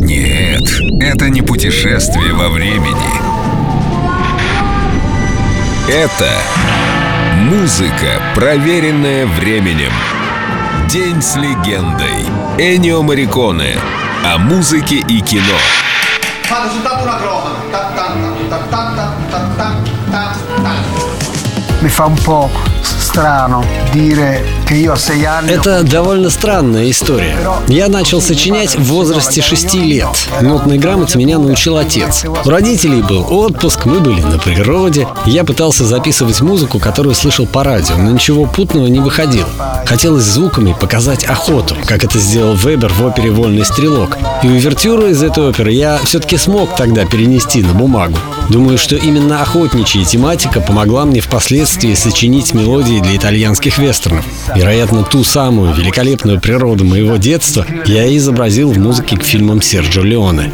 Нет, это не путешествие во времени. Это музыка, проверенная временем. День с легендой. Эннио Морриконе. О музыке и кино. Mi fa un po' strano dire che io a 6 anni. Это довольно странная история. Я начал сочинять в возрасте 6 лет. Нотной грамоте меня научил отец. У родителей был отпуск, мы были на природе. Я пытался записывать музыку, которую слышал по радио, но ничего путного не выходило. Хотелось звуками показать охоту, как это сделал Вебер в опере «Вольный стрелок». И увертюру из этой оперы я все-таки смог тогда перенести на бумагу. Думаю, что именно охотничья тематика помогла мне впоследствии сочинить мелодии для итальянских вестернов. Вероятно, ту самую великолепную природу моего детства я и изобразил в музыке к фильмам Серджио Леоне.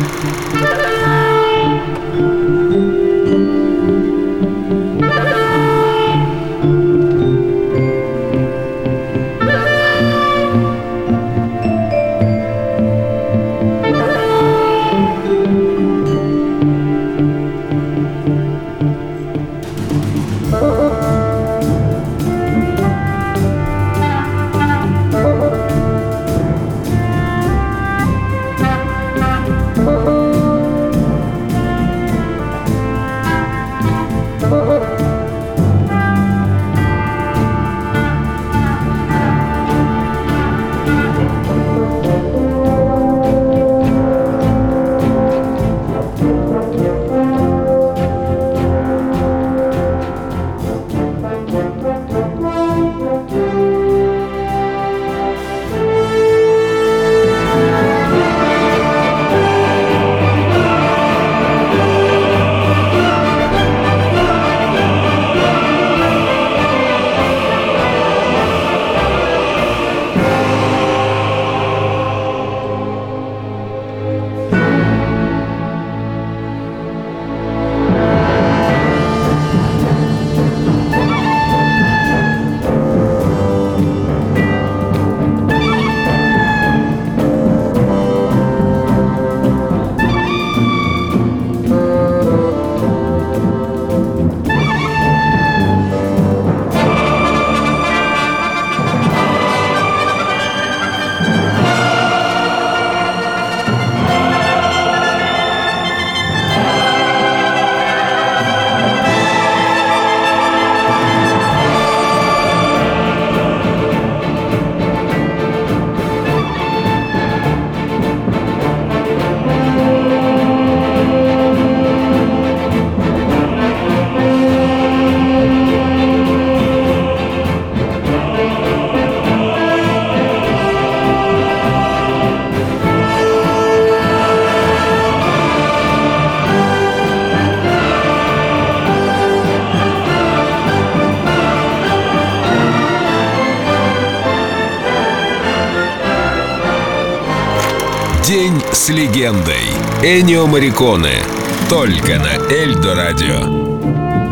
День с легендой. Эннио Морриконе. Только на Эльдо Радио.